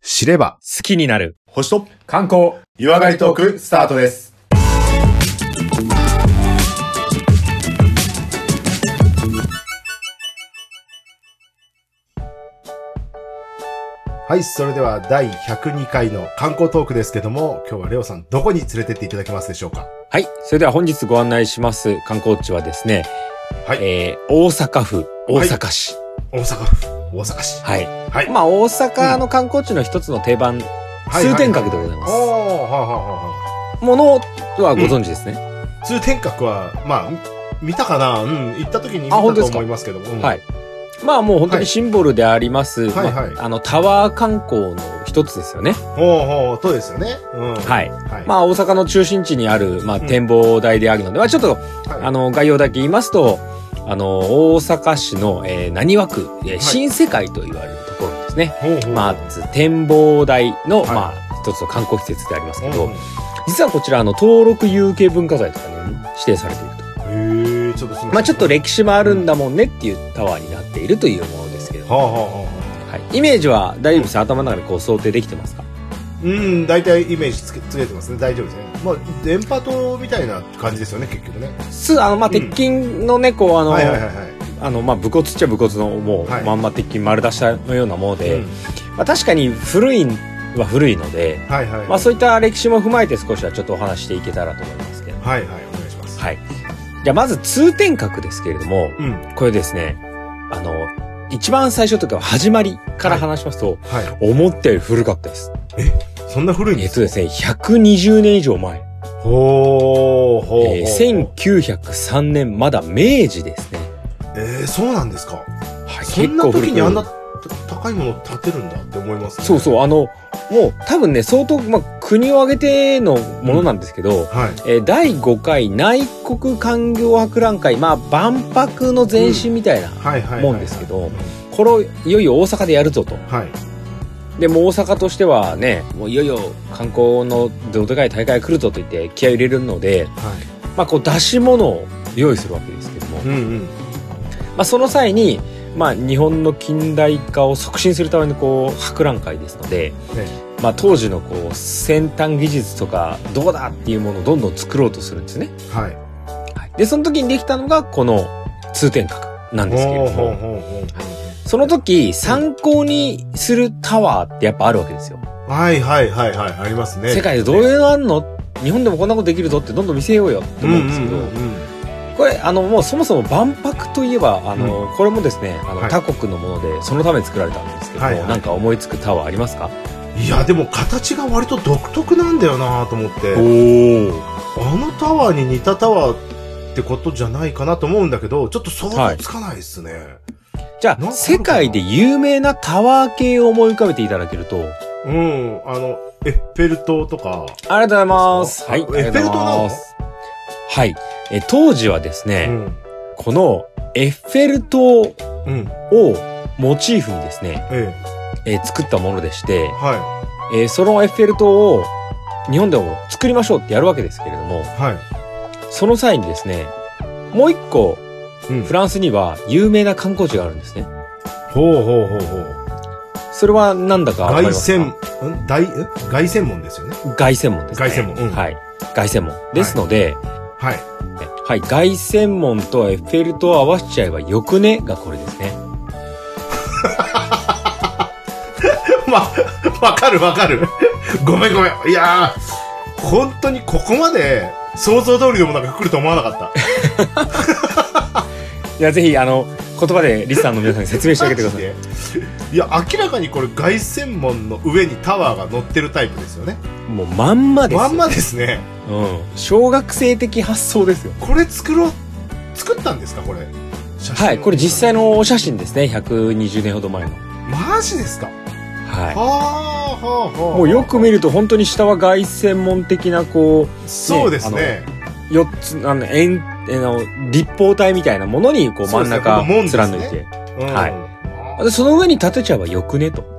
知れば好きになる星と観光湯上がりトークスタートです。はい、それでは第102回の観光トークですけども、今日はレオさんどこに連れてっていただけますでしょうか？ はい。それでは本日ご案内します観光地はですね、 はい、 大阪府大阪市。 大阪府大阪市。 はい。 はい。 まあ大阪の観光地の一つの定番、通天閣でございます。ものはご存知ですね。 通天閣は、まあ、見たかな？行った時に見たと思いますけども。 はい。まあもう本当にシンボルであります。 はいはい。 タワー観光の一つですよね。 そうですよね。 はい。まあ大阪の中心地にある、まあ展望台であるので、まあちょっと、概要だけ言いますと、大阪市の、浪速区、新世界と言われるところですね。まず展望台の、まあ一つの観光施設でありますけど、実はこちら登録有形文化財とかに指定されていると。 ちょっとまあちょっと歴史もあるんだもんねっていうタワーになっているというものですけど、はい、イメージは大丈夫です。頭の中でこう想定できてますか？ 大体イメージつけてますね。大丈夫ですね。まあ電波塔みたいな感じですよね、結局ね。 まあ鉄筋のね、こうまあ武骨っちゃ武骨のもう、まんま鉄筋丸出したのようなもので、まあ確かに古いは古いので、まあそういった歴史も踏まえて少しはちょっとお話していけたらと思いますけど。 はいはい、お願いします。 はい。じゃあまず通天閣ですけれども、これですね、一番最初とか始まりから話しますと、思ったより古かったです。 そんな古いんですか？ ですね、120年以上前。1903年、まだ明治ですね。 そうなんですか？ はい、 そんな時にあんな高いもの建てるんだって思いますね。 そうそう、もう多分ね、相当、まあ、国を挙げてのものなんですけど、第5回内国勧業博覧会、まあ、万博の前身みたいなもんですけど、これをいよいよ大阪でやるぞと。で、もう大阪としてはね、もういよいよ観光のどでかい大会が来るぞと言って気合を入れるので、まあ、こう出し物を用意するわけですけども、まあ、その際に、まあ、日本の近代化を促進するためのこう博覧会ですので、まあ、当時のこう先端技術とかどうだっていうものをどんどん作ろうとするんですね。でその時にできたのがこの通天閣なんですけれども、その時参考にするタワーってやっぱあるわけですよ。ありますね。 世界でどういうのあるの？日本でもこんなことできるぞってどんどん見せようよって思うんですけど、これもうそもそも万博といえばこれもですね他国のものでそのために作られたんですけども、なんか思いつくタワーありますか？ いやでも形が割と独特なんだよなと思って、あのタワーに似たタワーってことじゃないかなと思うんだけど、ちょっと想像つかないですね。 じゃあ世界で有名なタワー系を思い浮かべていただけると、 エッフェル塔とか。 ありがとうございます。はい、 エッフェル塔なの？ はい。当時はですね、このエッフェル塔をモチーフにですね、作ったものでして、そのエッフェル塔を日本でも作りましょうってやるわけですけれども、その際にですね、もう一個、フランスには有名な観光地があるんですね。それはなんだかわかりますか？ 凱旋門ですよね。 凱旋門ですね。 凱旋門。 はい。凱旋門。ですので、はい。凱旋門とエッフェル塔を合わせちゃえばよくねがこれですね。 わかる。ごめん。いやー、本当にここまで想像通りのものが来ると思わなかった。 いや、ぜひ、言葉でリスナーの皆さんに説明してあげてください。 いや、明らかにこれ凱旋門の上にタワーが乗ってるタイプですよね。 もうまんまです。 まんまですね。 小学生的発想ですよ。 これ作ったんですか、これ。 はい、これ実際のお写真ですね。120年ほど前の。 マジですか？ もうよく見ると本当に下は凱旋門的なこう、 そうですね。 4つ立方体みたいなものにこう真ん中貫いて、でその上に立てちゃえばよくねと。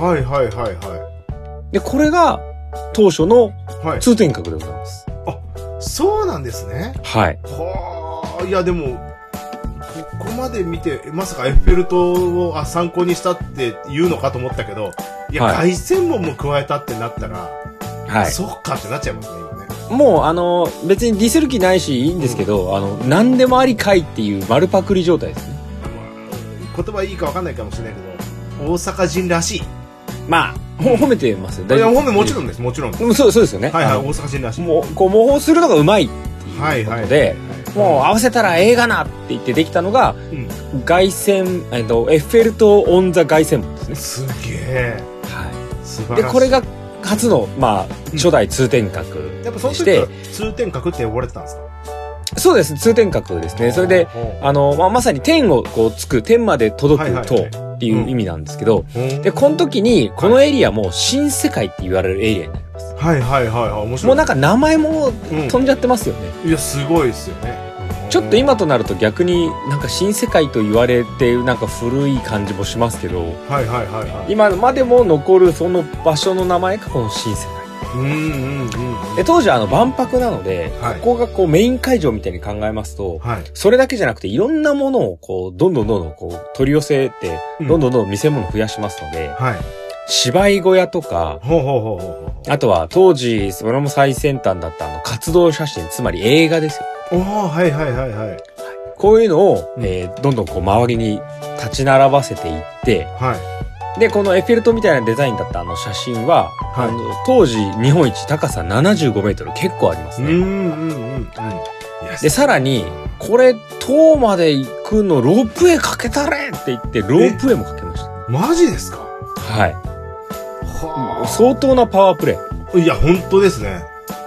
でこれが当初の通天閣でございます。 あ、そうなんですね。 はい。 いやでもここまで見て、まさかエッフェル塔を参考にしたって言うのかと思ったけど、いや、凱旋門も加えたってなったら、はい。そっかってなっちゃいますね、今ね。 もう、別にディスる気ないし、いいんですけど、何でもありかいっていう丸パクリ状態ですね。 言葉いいか分かんないかもしれないけど、大阪人らしい。 まあ、褒めてますよ。 いや、褒めもちろんです、もちろん。 そうですよね。 はいはい、大阪人らしい。 もう、こう、模倣するのがうまいっていうことで、もう合わせたら映画なって言ってできたのが、凱旋、エッフェル塔オンザ凱旋門ですね。 すげえ。 はい。素晴らしい。で、これが初の、まあ、初代通天閣でして。 やっぱその時は通天閣って呼ばれてたんですか？ そうです、通天閣ですね。それで、まさに天をこうつく、天まで届く塔っていう意味なんですけど、で、この時に、このエリアも新世界って言われるエリアになります。 はいはいはい、面白い。 もうなんか名前も飛んじゃってますよね。 いや、すごいですよね。 ちょっと今となると逆になんか新世界と言われてなんか古い感じもしますけど、今までも残るその場所の名前がこの新世界。で当時万博なので、ここがこうメイン会場みたいに考えますと、それだけじゃなくていろんなものをこうどんどんこう取り寄せて、どんどん見せ物増やしますので、芝居小屋とか、あとは当時それも最先端だった活動写真、つまり映画ですよ。こういうのを、どんどんこう周りに立ち並ばせていって、で、このエッフェル塔みたいなデザインだった写真は、当時日本一高さ75メートル結構ありますね。で、さらに、これ、塔まで行くのロープウェイかけたれって言って、ロープウェイもかけました。 マジですか？ はい。相当なパワープレイ。いや、本当ですね。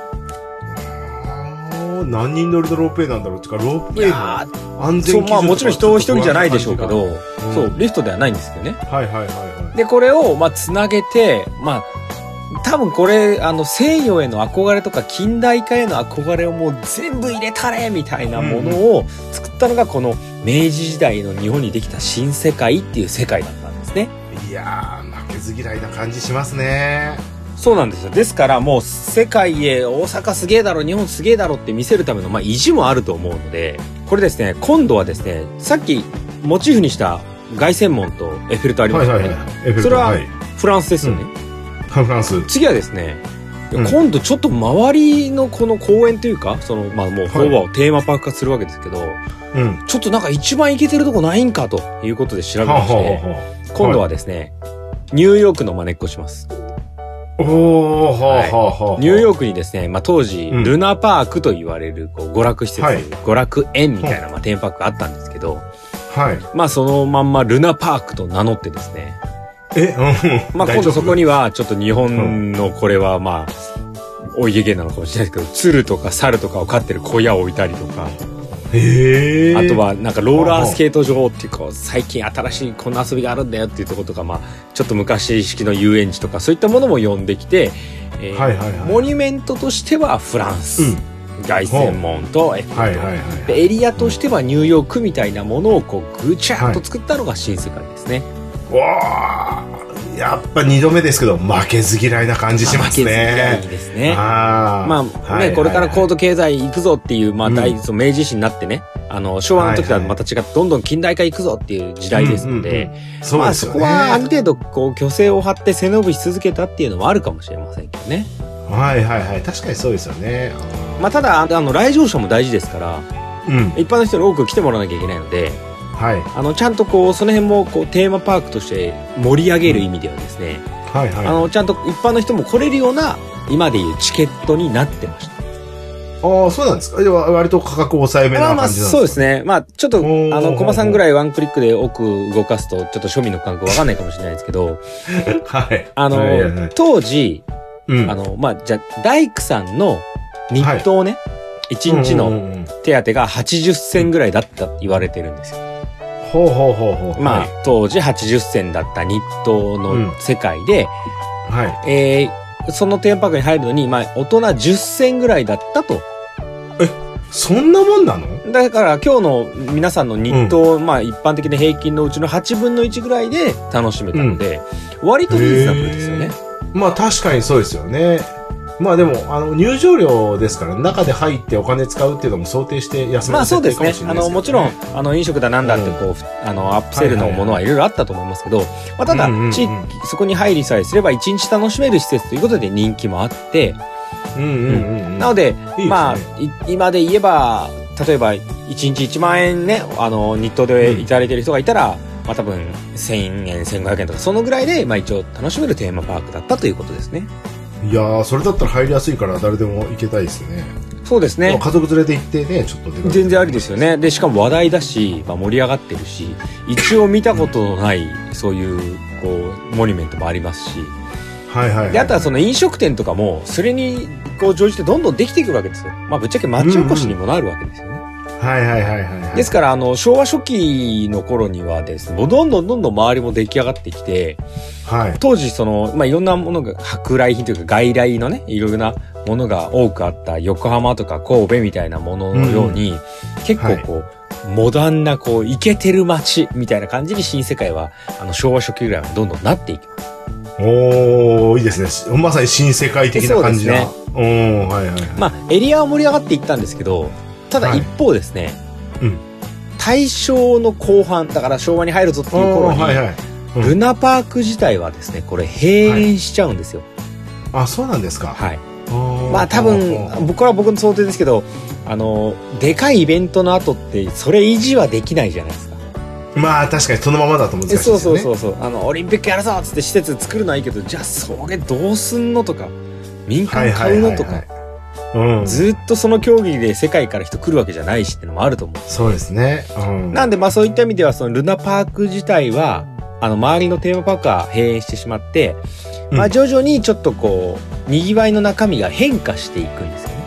何人乗りのロープウェイなんだろうっていうか、ロープウェイの安全基準とか、 まあもちろん人一人じゃないでしょうけど、そう、リフトではないんですけどね。で、これを、つなげて、多分これ、西洋への憧れとか近代化への憧れをもう全部入れたれみたいなものを作ったのが、この明治時代の日本にできた新世界っていう世界だったんですね。 いやー、負けず嫌いな感じしますね。 そうなんですよ。ですからもう世界へ大阪すげえだろ、日本すげえだろって見せるための意地もあると思うので、これですね、今度はですね、さっきモチーフにした凱旋門とエッフェル塔ありますよね。それはフランスですよね。 フランス。 次はですね、今度ちょっと周りのこの公園というか、もうほぼテーマパーク化するわけですけど、ちょっとなんか一番イケてるとこないんかということで調べまして、今度はですね、ニューヨークの真似っこします。ニューヨークにですね、当時、ルナパークと言われる娯楽施設、娯楽園みたいなテーマパークがあったんですけど、そのまんまルナパークと名乗ってですね、今度そこにはちょっと日本のこれはお家芸なのかもしれないですけど、鶴とか猿とかを飼ってる小屋を置いたりとか、あとはなんかローラースケート場っていうか、最近新しいこんな遊びがあるんだよっていうところとか、ちょっと昔式の遊園地とかそういったものも呼んできて、モニュメントとしてはフランス、凱旋門とエッフェル塔、エリアとしてはニューヨークみたいなものをこうぐちゃっと作ったのが新世界ですね。 わー、やっぱ2度目ですけど負けず嫌いな感じしますね。負けず嫌いですね。これから高度経済行くぞっていう、明治維新になってね、昭和の時とはまた違ってどんどん近代化行くぞっていう時代ですので、そこはある程度こう虚勢を張って背伸びし続けたっていうのはあるかもしれませんけどね。 確かにそうですよね。 ただ来場者も大事ですから、一般の人に多く来てもらわなきゃいけないので、ちゃんとこうその辺もこうテーマパークとして盛り上げる意味ではですね、ちゃんと一般の人も来れるような今でいうチケットになってました。 そうなんですか。割と価格抑えめな感じなんですか。 そうですね。ちょっとコマさんぐらいワンクリックで奥動かすとちょっと庶民の感覚わかんないかもしれないですけど、当時じゃあ大工さんの日当ね、1日の手当が80銭ぐらいだったって言われてるんですよ。当時80銭だった日当の世界で、そのテーマパークに入るのに、大人10銭ぐらいだったと。 そんなもんなの？ だから今日の皆さんの日当、一般的な平均のうちの8分の1ぐらいで楽しめたので、割とリーズナブルですよね。 確かにそうですよね。 まあでも、入場料ですから、中で入ってお金使うっていうのも想定して安めの設定かもしれないですけど、ね。まあそうですね。 もちろん、飲食だなんだってこう、アップセールのものはいろいろあったと思いますけど、まあただ、地域、そこに入りさえすれば一日楽しめる施設ということで人気もあって、なので、まあ、今で言えば、例えば、1日1万円ね、日当でいただいてる人がいたら、まあ多分、1000円、1500円とか、そのぐらいで、まあ一応楽しめるテーマパークだったということですね。 いやー、それだったら入りやすいから誰でも行けたいですね。 そうですね。 家族連れで行ってね、ちょっと全然ありですよね。で、しかも話題だし、まあ盛り上がってるし、一応見たことのない、そういう、こう、モニュメントもありますし。で、あとはその飲食店とかも、それに、こう、乗じてどんどんできていくわけですよ。まあぶっちゃけ町おこしにもなるわけですよね。ですから、昭和初期の頃にはですね、もうどんどん周りも出来上がってきて、当時まあ、いろんなものが、舶来品というか外来のね、いろいろなものが多くあった横浜とか神戸みたいなもののように、結構こう、モダンな、こう、イケてる街みたいな感じに新世界は、昭和初期ぐらいはどんどんなっていきます。 おー、いいですね。まさに新世界的な感じな。 そうですね。まあ、エリアは盛り上がっていったんですけど、ただ一方ですね、大正の後半、だから昭和に入るぞっていう頃に、ルナパーク自体はですね、これ閉園しちゃうんですよ。 あ、そうなんですか。 はい。まあ多分、僕の想定ですけど、でかいイベントの後って、それ維持はできないじゃないですか。 まあ確かにそのままだと難しいですね。 そう。オリンピックやるぞっつって施設作るのはいいけど、じゃあそれどうすんのとか、民間買うのとか。ずっとその競技で世界から人来るわけじゃないしってのもあると思う。 そうですね。 なんでまあそういった意味ではそのルナパーク自体は周りのテーマパークは閉園してしまって、まあ徐々にちょっとこう賑わいの中身が変化していくんですよね。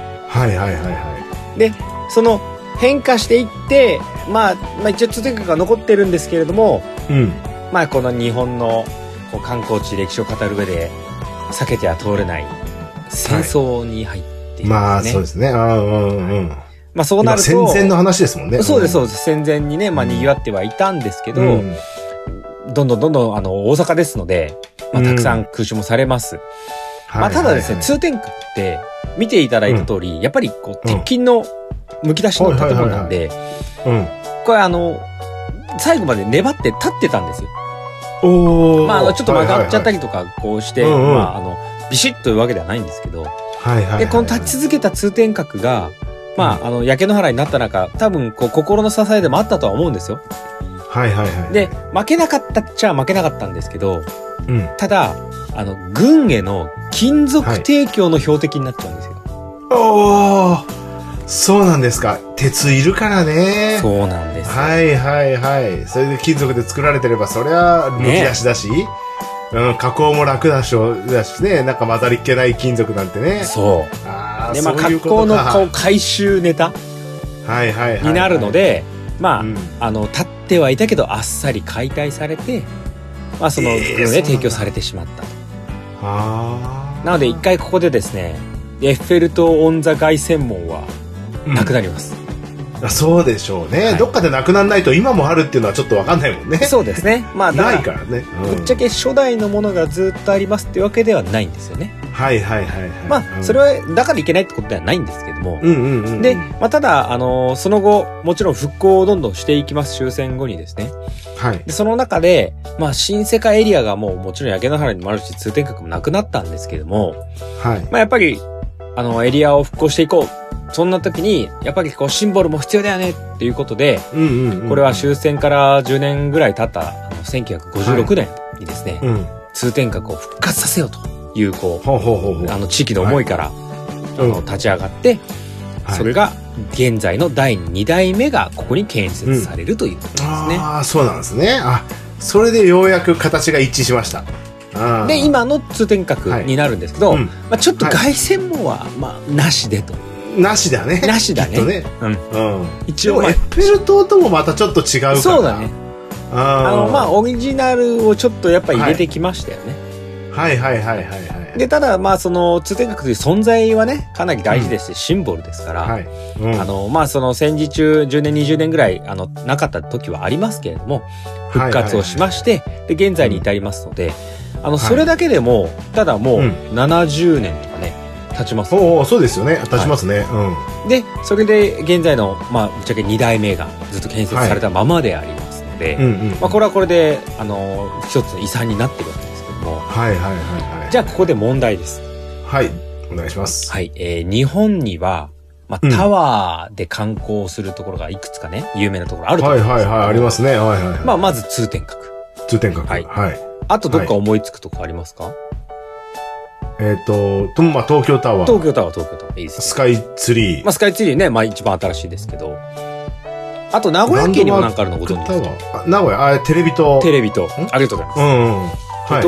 でその変化していってまあ一応通天閣が残ってるんですけれども、まあこの日本のこう観光地歴史を語る上で避けては通れない戦争に入って、 まあそうですね。 まあそうなると戦前の話ですもんね。 そうです。戦前にね、まあ賑わってはいたんですけど、どんどん大阪ですので、まあたくさん空襲もされます。まあただですね、通天閣って見ていただいた通り、やっぱりこう鉄筋の剥き出しの建物なんで、これ最後まで粘って立ってたんですよ。まあちょっと曲がっちゃったりとかこうして、まあビシッというわけではないんですけど、でこの立ち続けた通天閣がまあ焼け野原になった中、多分こう心の支えでもあったとは思うんですよ。で負けなかったっちゃ負けなかったんですけど、ただ軍への金属提供の標的になっちゃうんですよ。 そうなんですか。鉄いるからね。 そうなんです。 それで金属で作られてればそりゃむき出しだし、加工も楽だしね、なんか混ざりっけない金属なんてね。 そう。で、まあ、加工の回収ネタになるので、まあ、立ってはいたけど、あっさり解体されて、まあ、その、提供されてしまったと。なので、一回ここでですね、エッフェル塔オンザ凱旋門は、なくなります。 そうでしょうね。どっかでなくならないと今もあるっていうのはちょっとわかんないもんね。 そうですね。まあないからね。 ぶっちゃけ初代のものがずっとありますっていうわけではないんですよね。まあそれはだからいけないってことではないんですけども。で、まあただその後もちろん復興をどんどんしていきます終戦後にですね。でその中でまあ新世界エリアがもちろん焼け野原にもあるし通天閣もなくなったんですけども、まあやっぱりエリアを復興していこう。そんな時に、やっぱりこうシンボルも必要だよねっていうことで、これは終戦から10年ぐらい経った1956年にですね、通天閣を復活させようという、こう、地域の思いから、立ち上がって、それが現在の第2代目がここに建設されるということですね。 そうなんですね。それでようやく形が一致しました。 で、今の通天閣になるんですけど、まあちょっと凱旋門は、まあ、なしでと。 なしだね。 なしだね。 一応、エッフェル塔ともまたちょっと違うから。 そうだね。まあ、オリジナルをちょっとやっぱり入れてきましたよね。で、ただ、まあ、その、通天閣という存在はね、かなり大事ですし、シンボルですから、まあ、その戦時中、10年、20年ぐらい、なかった時はありますけれども、復活をしまして、で、現在に至りますので、それだけでも、ただもう、70年とかね、 経ちます。 そうですよね。経ちますね。 で、それで現在の、ぶっちゃけ2代目がずっと建設されたままでありますので、これはこれで、一つの遺産になってるわけですけども。じゃあ、ここで問題です。 はい。お願いします。 はい。日本には、タワーで観光するところがいくつかね、有名なところあると思います。 ありますね。 まず通天閣。 通天閣。 はい。あとどっか思いつくとこありますか？ 東京タワー。 東京タワー。いいですね。 スカイツリー。 スカイツリーね、一番新しいですけど。あと、名古屋県にもなんかあるのご存知ですか？ 名古屋、テレビ塔。 ありがとうございます。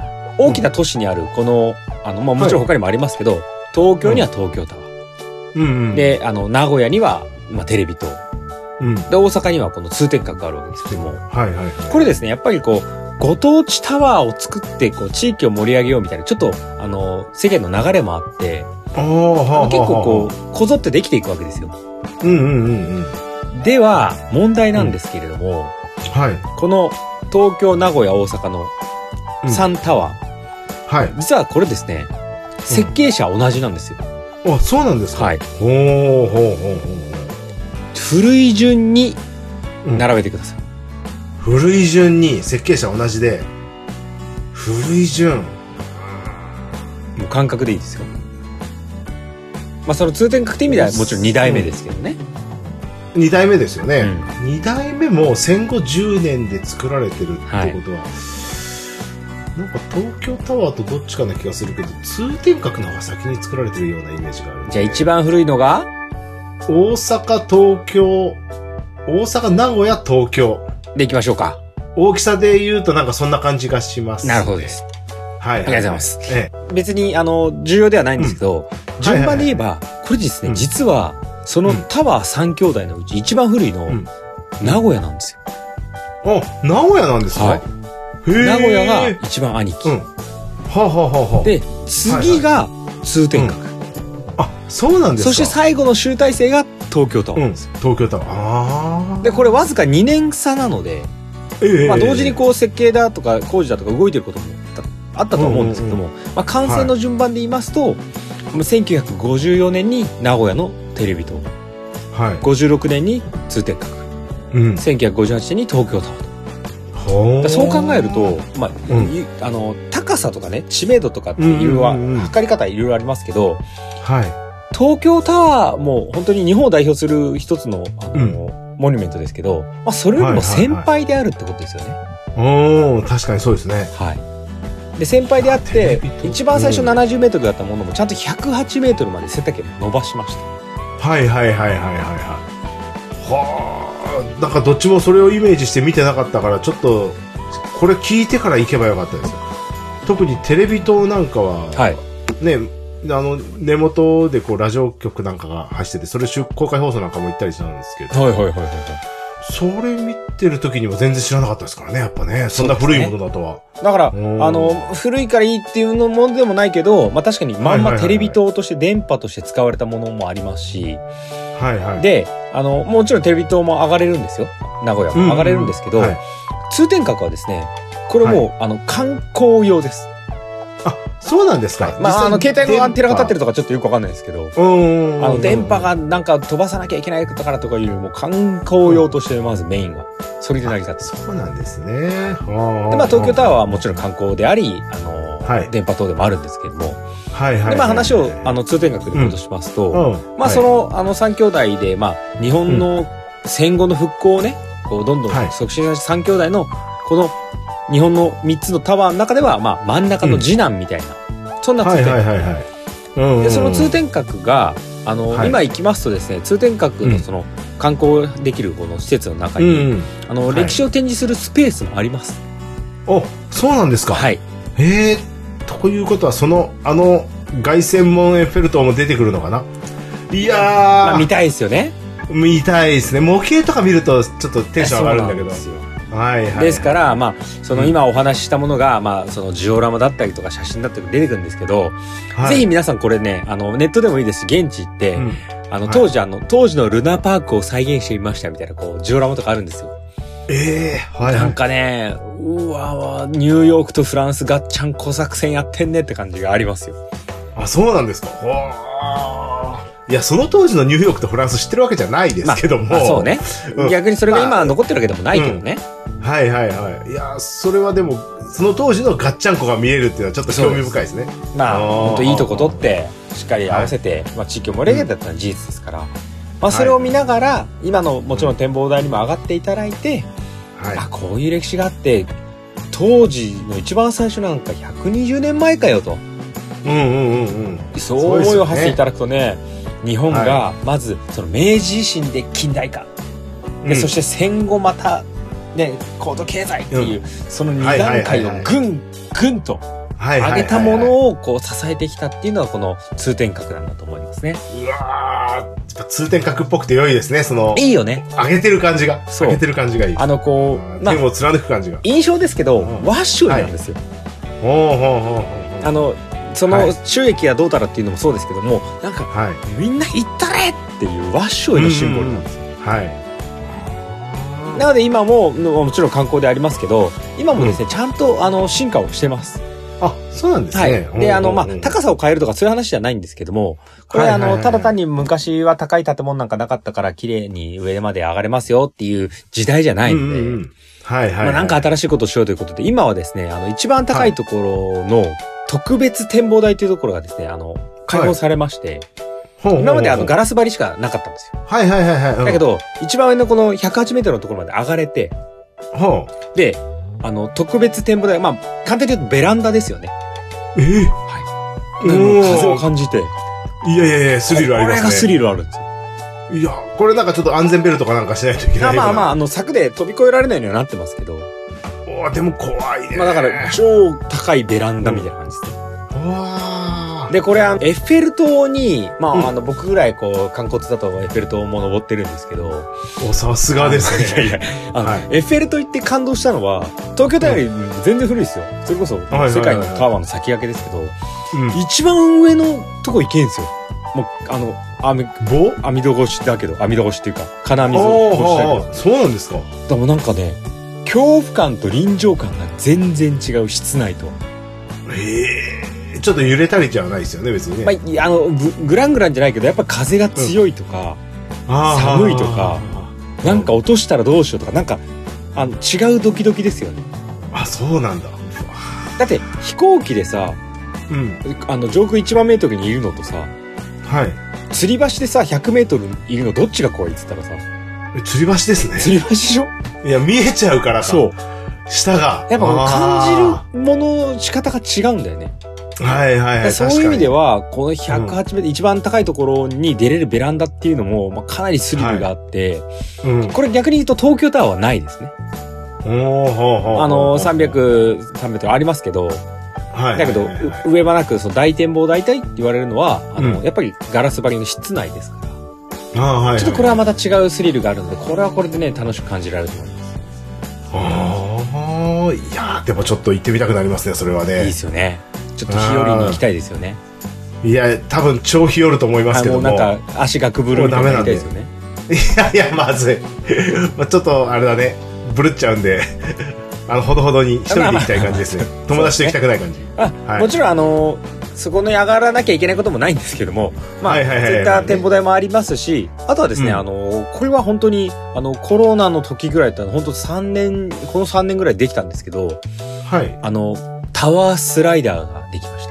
大きな都市にある、この、もちろん他にもありますけど、東京には東京タワー。で、名古屋には、テレビ塔。で、大阪にはこの通天閣があるわけですけども。これですね、やっぱりご当地タワーを作って、地域を盛り上げようみたいな、ちょっと、世間の流れもあって、結構こぞってできていくわけですよ。では、問題なんですけれども、この東京、名古屋、大阪の3タワー、実はこれですね、設計者同じなんですよ。 そうなんですか？ 古い順に並べてください。 古い順に設計者同じで、古い順。 もう感覚でいいですよ。その通天閣って意味ではもちろん2代目ですけどね。 2代目ですよね。2代目も戦後10年で作られてるってことは、なんか東京タワーとどっちかな気がするけど、通天閣の方が先に作られてるようなイメージがある。 じゃあ一番古いのが大阪、東京、大阪、名古屋、東京。 で行きましょうか。 大きさで言うとなんかそんな感じがします。 なるほどです。ありがとうございます。別に重要ではないんですけど、順番で言えば、これですね、実は、そのタワー3兄弟のうち一番古いの、名古屋なんですよ。名古屋なんですか？ 名古屋が一番兄貴。で、次が通天閣。 そうなんですか？ そして最後の集大成が東京タワーです。 東京タワー。 で、これわずか2年差なので、同時に設計だとか工事だとか動いてることもあったと思うんですけども、完成の順番で言いますと、1954年に名古屋のテレビ塔、56年に通天閣、1958年に東京タワーと。そう考えると、高さとかね、知名度とかっていう測り方いろいろありますけど、東京タワーも本当に日本を代表する一つの、モニュメントですけど、それよりも先輩であるってことですよね。 確かにそうですね。 で、先輩であって、一番最初70メートルだったものもちゃんと108メートルまで背丈を伸ばしました。 なんかどっちもそれをイメージして見てなかったから、ちょっと、これ聞いてから行けばよかったですよ。特にテレビ塔なんかは、ね、根元でラジオ局なんかが走ってて、それ公開放送なんかも行ったりしたんですけど。それ見てる時には全然知らなかったですからね、やっぱね。そんな古いものだとは。 だから、古いからいいっていうものでもないけど、確かにテレビ塔として電波として使われたものもありますし、で、もちろんテレビ塔も上がれるんですよ。名古屋も上がれるんですけど、通天閣はですね、これも観光用です。 そうなんですか？ 携帯のアンテナが立ってるとかちょっとよくわかんないですけど、電波がなんか飛ばさなきゃいけないからとかいうよりも観光用としてまずメインが、それで成り立ってそうなんですね。で、 東京タワーはもちろん観光であり、電波塔でもあるんですけれども、で、話を、通天閣で戻しますと、その、3兄弟で、日本の戦後の復興をね、どんどん促進した3兄弟の、この、日本の3つのタワーの中では、真ん中の次男みたいな、そんな通天閣。で、その通天閣が、今行きますとですね、通天閣のその、観光できるこの施設の中に、歴史を展示するスペースもあります。 そうなんですか？ということは、凱旋門エッフェル塔も出てくるのかな？いやー。 見たいですよね。 見たいですね。模型とか見ると、ちょっとテンション上がるんだけど。 ですから、今お話ししたものが、そのジオラマだったりとか写真だったり出てくるんですけど、ぜひ皆さんこれね、ネットでもいいですし、現地行って、当時のルナパークを再現してみましたみたいな、ジオラマとかあるんですよ。なんかね、ニューヨークとフランスガッチャンコ作戦やってんねって感じがありますよ。 あ、そうなんですか。いや、その当時のニューヨークとフランス知ってるわけじゃないですけども。 そうね。逆にそれが今残ってるわけでもないけどね。 はいはいはい。いや、それはでも、その当時のガッチャンコが見えるっていうのはちょっと興味深いですね。 本当いいとこ取って、しっかり合わせて、地域を盛り上げたってのは事実ですから。それを見ながら、今のもちろん展望台にも上がっていただいて、こういう歴史があって、当時の一番最初なんか120年前かよと。そう思いを馳せていただくとね、日本がまずその明治維新で近代化、でそして戦後またね高度経済っていう、その2段階をぐんと上げたものをこう支えてきたっていうのはこの通天閣なんだと思いますね。 うわー、通天閣っぽくて良いですね。そのいいよね。 上げてる感じが、上げてる感じがいい。 こう天を貫く感じが。 印象ですけど、ワッショイなんですよ。その収益がどうたらっていうのもそうですけども、なんか、みんな行ったれっていうワッショイのシンボルなんですよ。なので今ももちろん観光でありますけど、今もですね、ちゃんと進化をしてます。 あ、そうなんですね。 で、高さを変えるとかそういう話じゃないんですけども、これただ単に昔は高い建物なんかなかったから綺麗に上まで上がれますよっていう時代じゃないので、なんか新しいことをしようということで、今はですね、一番高いところの特別展望台というところがですね、開放されまして、今までガラス張りしかなかったんですよ。だけど、一番上のこの108メートルのところまで上がれて、で、特別展望台、簡単に言うとベランダですよね。風を感じて。 いや、スリルありますね。 これがスリルあるんですよ。 いや、これなんかちょっと安全ベルとかなんかしないといけない。 柵で飛び越えられないようにはなってますけど。 でも怖いね。 だから超高いベランダみたいな感じですね。で、これエッフェル塔に、僕ぐらい観光地だとエッフェル塔も登ってるんですけど。 さすがですね。 エッフェル塔行って感動したのは、東京タワーより全然古いですよ。それこそ世界のタワーの先駆けですけど、一番上のとこ行けんすよ。もう、網戸越しだけど、網戸越しっていうか、金網越しだけど。 そうなんですか。 でもなんかね、恐怖感と臨場感が全然違う、室内と。 ちょっと揺れたりじゃないですよね、別にね。 グラングランじゃないけど、やっぱ風が強いとか、寒いとか、なんか落としたらどうしようとか、なんか、違うドキドキですよね。 そうなんだ。 だって、飛行機でさ、上空1万メートルにいるのとさ、吊り橋でさ、100メートルいるのどっちが怖いって言ったらさ、 吊り橋ですね。 吊り橋でしょ？ いや、見えちゃうからか。そう。下が。 やっぱ感じるもの仕方が違うんだよね。そういう意味では、この108メートル、一番高いところに出れるベランダっていうのも、かなりスリルがあって、これ逆に言うと東京タワーはないですね。300メートルありますけど、だけど、上はなく、大展望台って言われるのは、やっぱりガラス張りの室内ですから。ちょっとこれはまた違うスリルがあるので、これはこれでね、楽しく感じられると思います。いやー、でもちょっと行ってみたくなりますね、それはね。 いいですよね。ちょっと日和に行きたいですよね。 いや、多分超日和ると思いますけども。 なんか、足がくぶるみたいな行きたいですよね。 いや、まずい。ちょっと、あれだね、ぶるっちゃうんで、ほどほどに一人で行きたい感じですね。友達と行きたくない感じ。 もちろん、そこに上がらなきゃいけないこともないんですけども、そういった展望台もありますし、あとはですね、これは本当に、コロナの時ぐらいって本当この3年ぐらいできたんですけど、タワースライダーができました。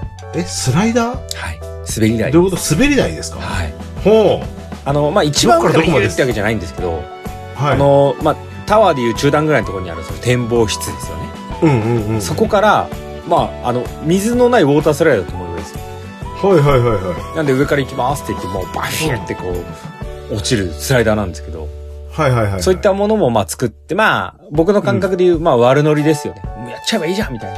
スライダー？ 滑り台。 どういうこと？滑り台ですか？ほう。一番上から行けるってわけじゃないんですけど、タワーでいう中段ぐらいのところにある展望室ですよね。そこから、水のないウォータースライダーと思えばいいですよ。なんで上から行きますって言って、もうバフィーって落ちるスライダーなんですけど、そういったものも作って、僕の感覚でいう悪乗りですよね。やっちゃえばいいじゃんみたいな。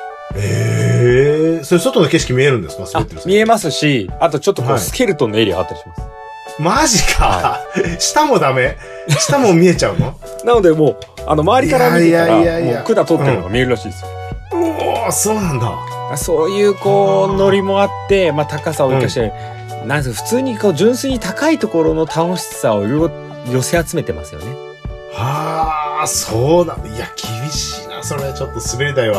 それ外の景色見えるんですか？ 見えますし、あとちょっとスケルトンのエリアがあったりします。 マジか。下もダメ？下も見えちゃうの？ なのでもう周りから見てたらもう管取ってるのが見えるらしいですよ。 そうなんだ。 そういうノリもあって、高さを生かして、なんですか、普通に純粋に高いところの楽しさを寄せ集めてますよね。 そうなんだ。いや、厳しいな、それ。ちょっと滑り台は。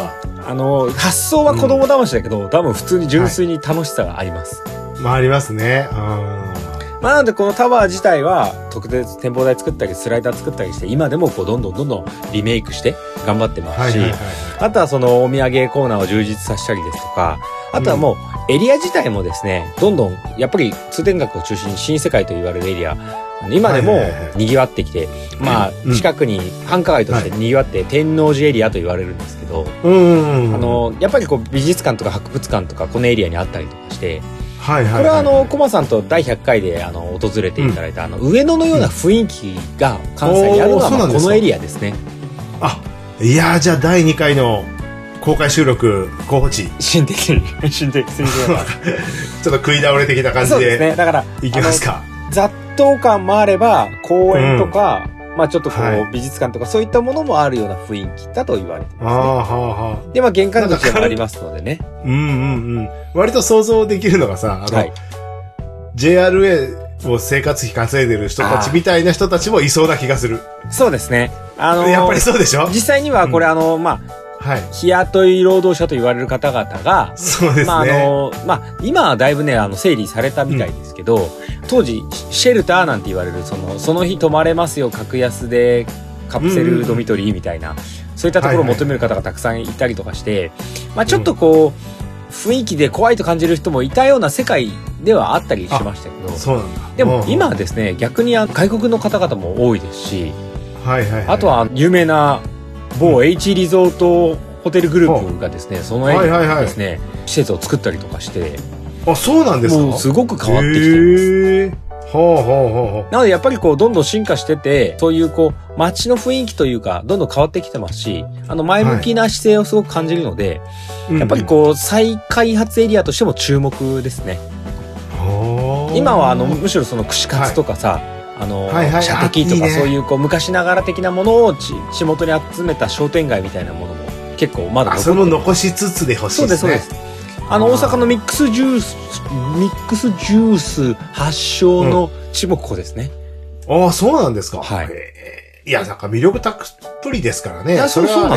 発想は子供騙しだけど、多分普通に純粋に楽しさがあります。 まあありますね。 まあなのでこのタワー自体は特設展望台作ったりスライダー作ったりして今でもこうどんどんリメイクして頑張ってますし、あとはそのお土産コーナーを充実させたりですとか、あとはもうエリア自体もですね、どんどんやっぱり通天閣を中心に新世界と言われるエリア、今でも賑わってきて、まあ近くに繁華街として賑わって天王寺エリアと言われるんですけど、やっぱりこう美術館とか博物館とかこのエリアにあったりとかして、これはコマさんと第100回で訪れていただいた上野のような雰囲気が関西にあるのはこのエリアですね。 あ、いやー、じゃあ第2回の公開収録候補地新的にちょっと食い倒れ的な感じで、ね、だから行きますか。 雑踏感もあれば公園とか、まあちょっとこう、美術館とかそういったものもあるような雰囲気だと言われてますね。で、まあ玄関口でもありますのでね。 割と想像できるのがさ、JRA を生活費稼いでる人たちみたいな人たちもいそうな気がする。 そうですね。 やっぱりそうでしょ？ 実際にはこれまあ、日雇い労働者と言われる方々が、 そうですね。 まあ、今はだいぶね、整理されたみたいですけど、当時、シェルターなんて言われる、その日泊まれますよ、格安で、カプセルドミトリーみたいな、そういったところを求める方がたくさんいたりとかして、まあちょっとこう、雰囲気で怖いと感じる人もいたような世界ではあったりしましたけど、 そうなんだ。 でも今はですね、逆に外国の方々も多いですし、あとは有名な某 H リゾートホテルグループがですね、そのエリアにですね、施設を作ったりとかして、 あ、そうなんですか？ もうすごく変わってきてます。なのでやっぱりこうどんどん進化してて、そういうこう街の雰囲気というかどんどん変わってきてますし、前向きな姿勢をすごく感じるので、やっぱりこう再開発エリアとしても注目ですね。今はむしろその串カツとかさ、射的とかそういうこう昔ながら的なものを地元に集めた商店街みたいなものも結構まだ残ってます。 それも残しつつで欲しいですね。そうですそうです。 大阪のミックスジュース発祥の地もここですね。 ああ、そうなんですか。 はい。 いや、なんか魅力たっぷりですからね。それは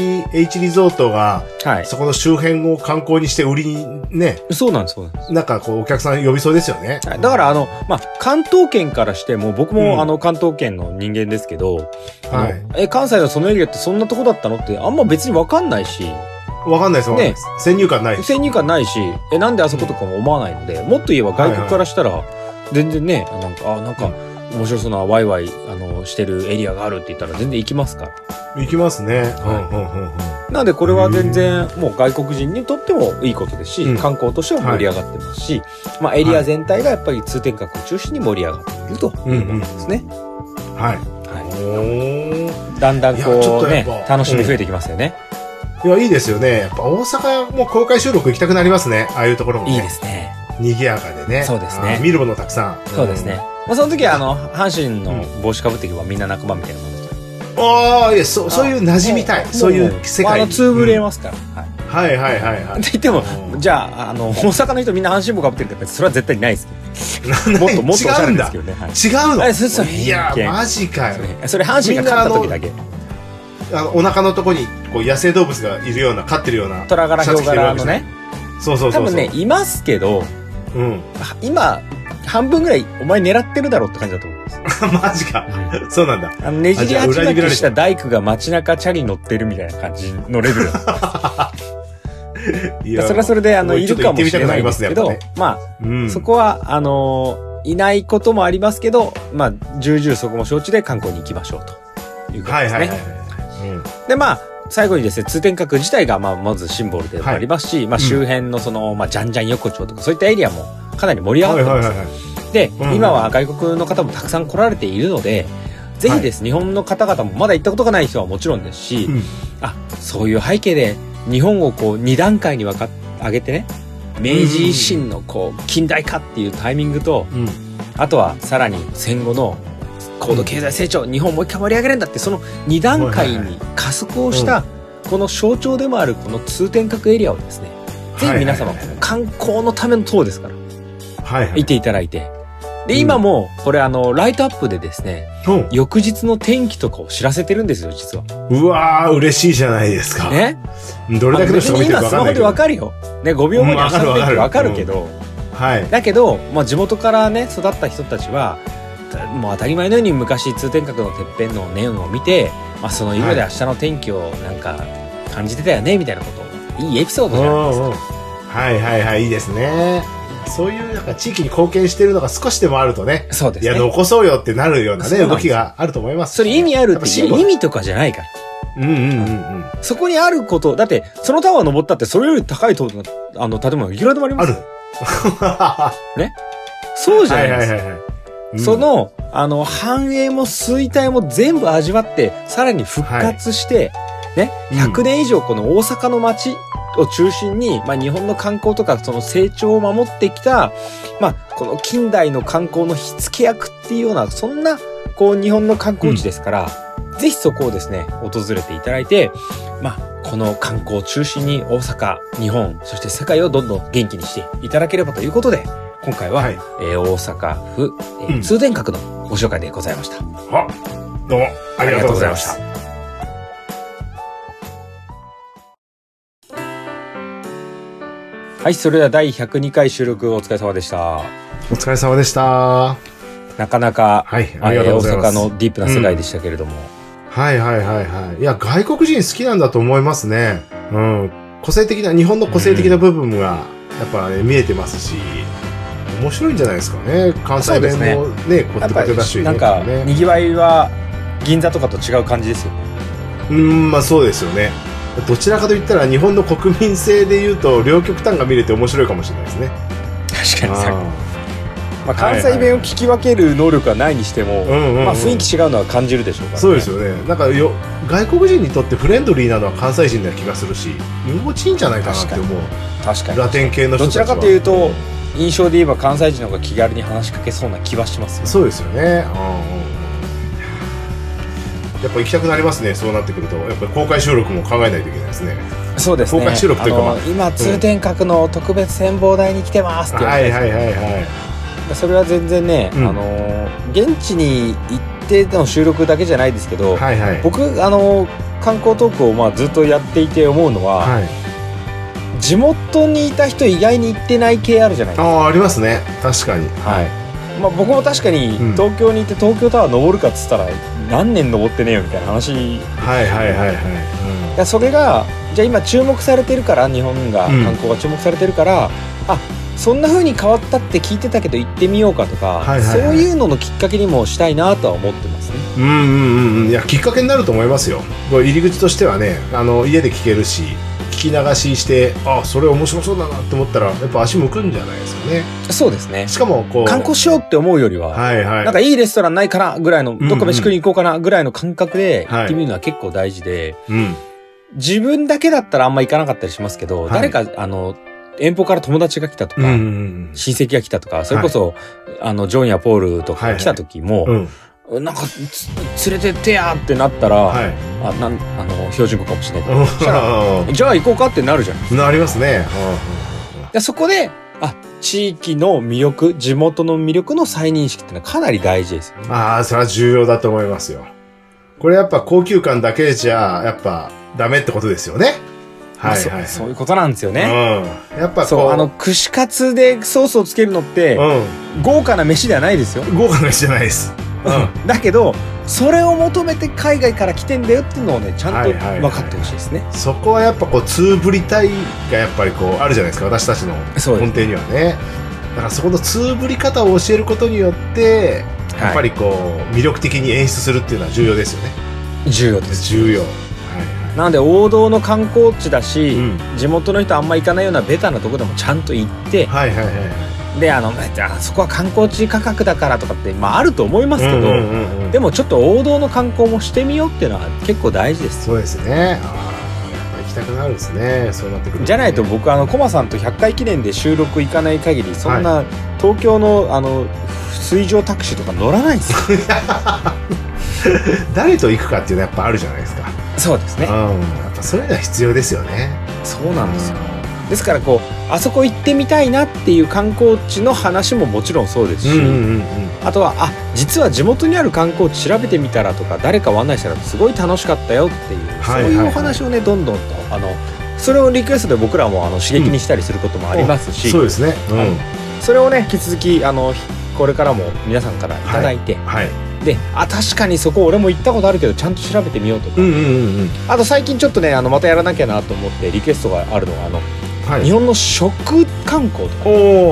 H リゾートが、そこの周辺を観光にして売りにね。 そうなんです、そうなんです。 なんかこうお客さん呼びそうですよね。 だからまあ、関東圏からしても、僕も関東圏の人間ですけど、関西のそのエリアってそんなとこだったのってあんま別にわかんないし、 わかんないです、ね、先入観ない。 先入観ないし、なんであそことかも思わないので、もっと言えば外国からしたら、全然ね、なんか、面白そうなワイワイ、してるエリアがあるって言ったら全然行きますから。 行きますね。 なのでこれは全然、もう外国人にとってもいいことですし、観光としても盛り上がってますし、まあエリア全体がやっぱり通天閣を中心に盛り上がっているということですね。だんだんこうね、楽しみ増えてきますよね。 いや、いいですよね。やっぱ大阪も公開収録行きたくなりますね。ああいうところもね。 いいですね。 賑やかでね。 そうですね。 見るものたくさん。 そうですね。まあその時は阪神の帽子かぶっていけばみんな仲間みたいなものです。 ああ、いや、そういう馴染みたい。そういう世界に。 つぶれますから。 はいはいはいはい。 って言っても、じゃあ、大阪の人みんな阪神帽かぶってるってそれは絶対にないですけど。もっとおしゃれですけどね。 違うの？いや、マジかよ。 それ阪神が勝った時だけ。 お腹のとこにこう野生動物がいるような、飼ってるような。 虎柄、ヒョウ柄のね。 そう。 多分ね、いますけど、今、半分ぐらいお前狙ってるだろって感じだと思います。 マジか。そうなんだ。 ねじり鉢巻きした大工が街中チャリ乗ってるみたいな感じのレベルいや、それはそれでいるかもしれないですけど、まあ、そこはいないこともありますけど、まあ、重々そこも承知で観光に行きましょうということですね。で、まあ、最後にですね、通天閣自体が、まずシンボルでもありますし、周辺のジャンジャン横丁とかそういったエリアもかなり盛り上がってます。で、今は外国の方もたくさん来られているので、ぜひです、日本の方々もまだ行ったことがない人はもちろんですし、そういう背景で日本をこう2段階に上げてね、明治維新のこう近代化っていうタイミングと、あとはさらに戦後の高度経済成長、日本をもう一回盛り上げるんだって、その2段階に加速をしたこの象徴でもあるこの通天閣エリアをですね、ぜひ皆様観光のための塔ですから、行っていただいて、 で、今も、これライトアップでですね、翌日の天気とかを知らせてるんですよ、実は。 うわー、嬉しいじゃないですか。 ね。 どれだけの人が見てるか分かんないけど。 今スマホで分かるよ。ね、5秒後に明日の天気分かるけど。 はい。 だけど、まあ地元からね、育った人たちは、もう当たり前のように昔通天閣のてっぺんのネオンを見て、まあその夢で明日の天気をなんか感じてたよね、みたいなことを、いいエピソードじゃないですか。 はいはいはい、いいですね。そういうなんか地域に貢献してるのが少しでもあるとね。 そうですね。 いや、残そうよってなるようなね、動きがあると思います。 それ意味あるって意味とかじゃないから。そこにあること、だって、そのタワー登ったって、それより高い建物がいくらでもあります。 ある。ね。そうじゃないですか。その、繁栄も衰退も全部味わって、さらに復活して、ね、100年以上この大阪の街を中心に、まあ日本の観光とかその成長を守ってきた、まあこの近代の観光の火付け役っていうような、そんな、こう日本の観光地ですから、ぜひそこをですね、訪れていただいて、まあこの観光を中心に大阪、日本、そして世界をどんどん元気にしていただければということで、今回は、大阪府、通天閣のご紹介でございました。 どうもありがとうございました。 はい、それでは第102回収録お疲れ様でした。 お疲れ様でした。 なかなか、 はい、ありがとうございます。 大阪のディープな世界でしたけれども。 はいはいはいはい。いや、外国人好きなんだと思いますね。うん。個性的な、日本の個性的な部分が、やっぱね、見えてますし、面白いんじゃないですかね。関西弁もね、こうやって出してなんか、賑わいは、銀座とかと違う感じですよね。 まあそうですよね。どちらかといったら日本の国民性でいうと両極端が見れて面白いかもしれないですね。 確かにまあ関西弁を聞き分ける能力はないにしても、まあ雰囲気違うのは感じるでしょうからね。 そうですよね。なんか外国人にとってフレンドリーなのは関西人な気がするし、居心地いいんじゃないかなって思う。 確かに。 ラテン系の人たちは。 どちらかというと、印象で言えば関西人の方が気軽に話しかけそうな気はしますよね。 そうですよね。やっぱ行きたくなりますね。そうなってくるとやっぱり公開収録も考えないといけないですね。 そうですね。 公開収録というか、 今通天閣の特別展望台に来てますって言われて、はいはいはいはい。それは全然ね、現地に行っての収録だけじゃないですけど、僕観光トークをまあずっとやっていて思うのは、地元にいた人意外に行ってない系あるじゃないですか。 ありますね。確かに。 はい。まあ僕も確かに東京にいて東京タワー登るかっつったら何年登ってねえよみたいな話。 はいはいはいはい。 それがじゃあ今注目されてるから、日本が観光が注目されてるから、そんな風に変わったって聞いてたけど行ってみようかとか、そういうののきっかけにもしたいなとは思ってますね。 いやきっかけになると思いますよ。入り口としてはね、家で聞けるし、聞き流しして、それ面白そうだなって思ったらやっぱ足向くんじゃないですかね。 そうですね。 しかもこう観光しようって思うよりは、なんかいいレストランないかなぐらいの、どっか飯食いに行こうかなぐらいの感覚で行ってみるのは結構大事で、自分だけだったらあんま行かなかったりしますけど、誰か遠方から友達が来たとか、親戚が来たとか、それこそジョンやポールとか来た時も、なんか連れてってやってなったら、標準語かもしれないから、じゃあ行こうかってなるじゃないですか。 なりますね。 そこで地域の魅力、地元の魅力の再認識ってのはかなり大事ですよね。 それは重要だと思いますよ。これやっぱ高級感だけじゃやっぱダメってことですよね。 そういうことなんですよね。 やっぱそう串カツでソースをつけるのって、豪華な飯ではないですよ。 豪華な飯じゃないです。 だけどそれを求めて海外から来てんだよっていうのをね、ちゃんと分かってほしいですね。 そこはやっぱ通ぶりたいがやっぱりあるじゃないですか、私たちの根底にはね。だからそこの通ぶり方を教えることによってやっぱり魅力的に演出するっていうのは重要ですよね。 重要です。 重要。 なので王道の観光地だし、地元の人あんま行かないようなベタなとこでもちゃんと行って、でそこは観光地価格だからとかってあると思いますけど、でもちょっと王道の観光もしてみようっていうのは結構大事です。 そうですね。やっぱ行きたくなるんですね。そうなってくる。 じゃないと僕コマさんと100回記念で収録行かない限り、そんな東京の水上タクシーとか乗らないですよ。 誰と行くかっていうのはやっぱあるじゃないですか。 そうですね。 やっぱそういうのは必要ですよね。 そうなんですよ。 ですからこうあそこ行ってみたいなっていう観光地の話ももちろんそうですし、あとは実は地元にある観光地調べてみたらとか、誰かを案内したらすごい楽しかったよっていう、そういうお話をねどんどんとそれをリクエストで僕らも刺激にしたりすることもありますし、 そうですね、 それをね引き続きこれからも皆さんからいただいて、で確かにそこ俺も行ったことあるけどちゃんと調べてみようとか、あと最近ちょっとねまたやらなきゃなと思ってリクエストがあるのが日本の食観光と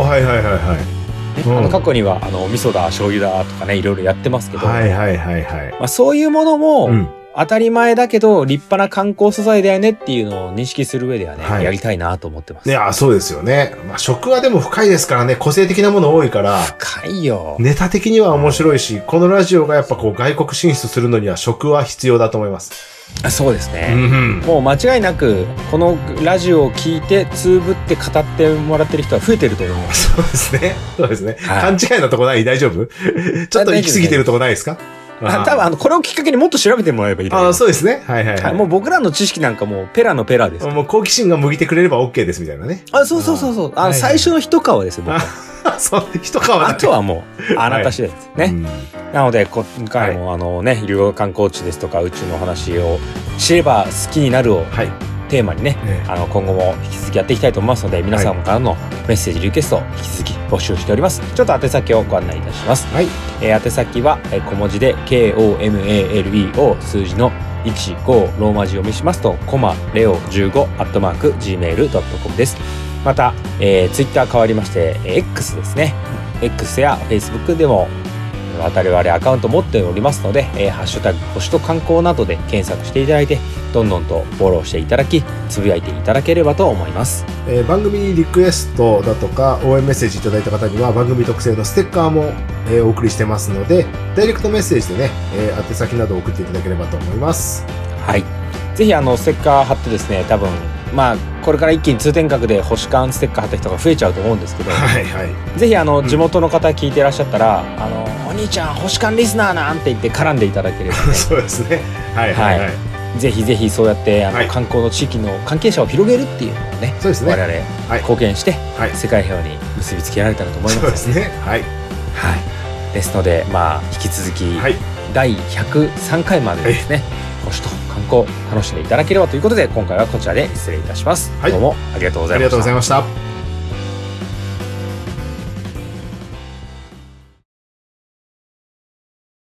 か、過去には味噌だ醤油だとかねいろいろやってますけど、そういうものも、当たり前だけど立派な観光素材だよねっていうのを認識する上ではね、やりたいなと思ってます。 いや、そうですよね。食はでも深いですからね、個性的なもの多いから。 深いよ。 ネタ的には面白いし、このラジオがやっぱこう外国進出するのには食は必要だと思います。 そうですね。もう間違いなくこのラジオを聞いてつぶって語ってもらってる人は増えてると思います。 そうですね。そうですね。勘違いなとこない？大丈夫？ちょっと行き過ぎてるとこないですか？ 多分これをきっかけにもっと調べてもらえばいい。 そうですね。 もう僕らの知識なんかもうペラのペラです。 もう好奇心が向いてくれれば OK ですみたいなね。 そう最初の一皮ですよ、僕は。 そう一皮だ。 あとはもうあなた次第ですね。なので今回もいろいろ観光地ですとか宇宙の話を知れば好きになるをテーマにね、今後も引き続きやっていきたいと思いますので、皆様からのメッセージリクエストを引き続き募集しております。ちょっと宛先をご案内いたします。宛先は小文字で KOMALE を数字の15ローマ字読みしますとコマレオ15 @gmail.com です。また、ツイッター変わりまして、X ですね。X や Facebook でも我々アカウント持っておりますので、ハッシュタグ星と観光などで検索していただいて、どんどんとフォローしていただき、つぶやいていただければと思います。 番組にリクエストだとか応援メッセージいただいた方には番組特製のステッカーも、お送りしてますので、ダイレクトメッセージでね、宛先などを送っていただければと思います。 はい。ぜひステッカー貼ってですね、多分これから一気に通天閣で星間ステッカー貼った人が増えちゃうと思うんですけど、ぜひ地元の方聞いてらっしゃったら、お兄ちゃん星間リスナーなんて言って絡んでいただければね。 そうですね。 ぜひぜひそうやって観光の地域の関係者を広げるっていうのをね、 そうですね、 我々貢献して、世界平和に結びつけられたらと思います。 そうですね。 ですので引き続き、第103回までですね、星と観光楽しんでいただければということで、今回はこちらで失礼いたします。どうもありがとうございました。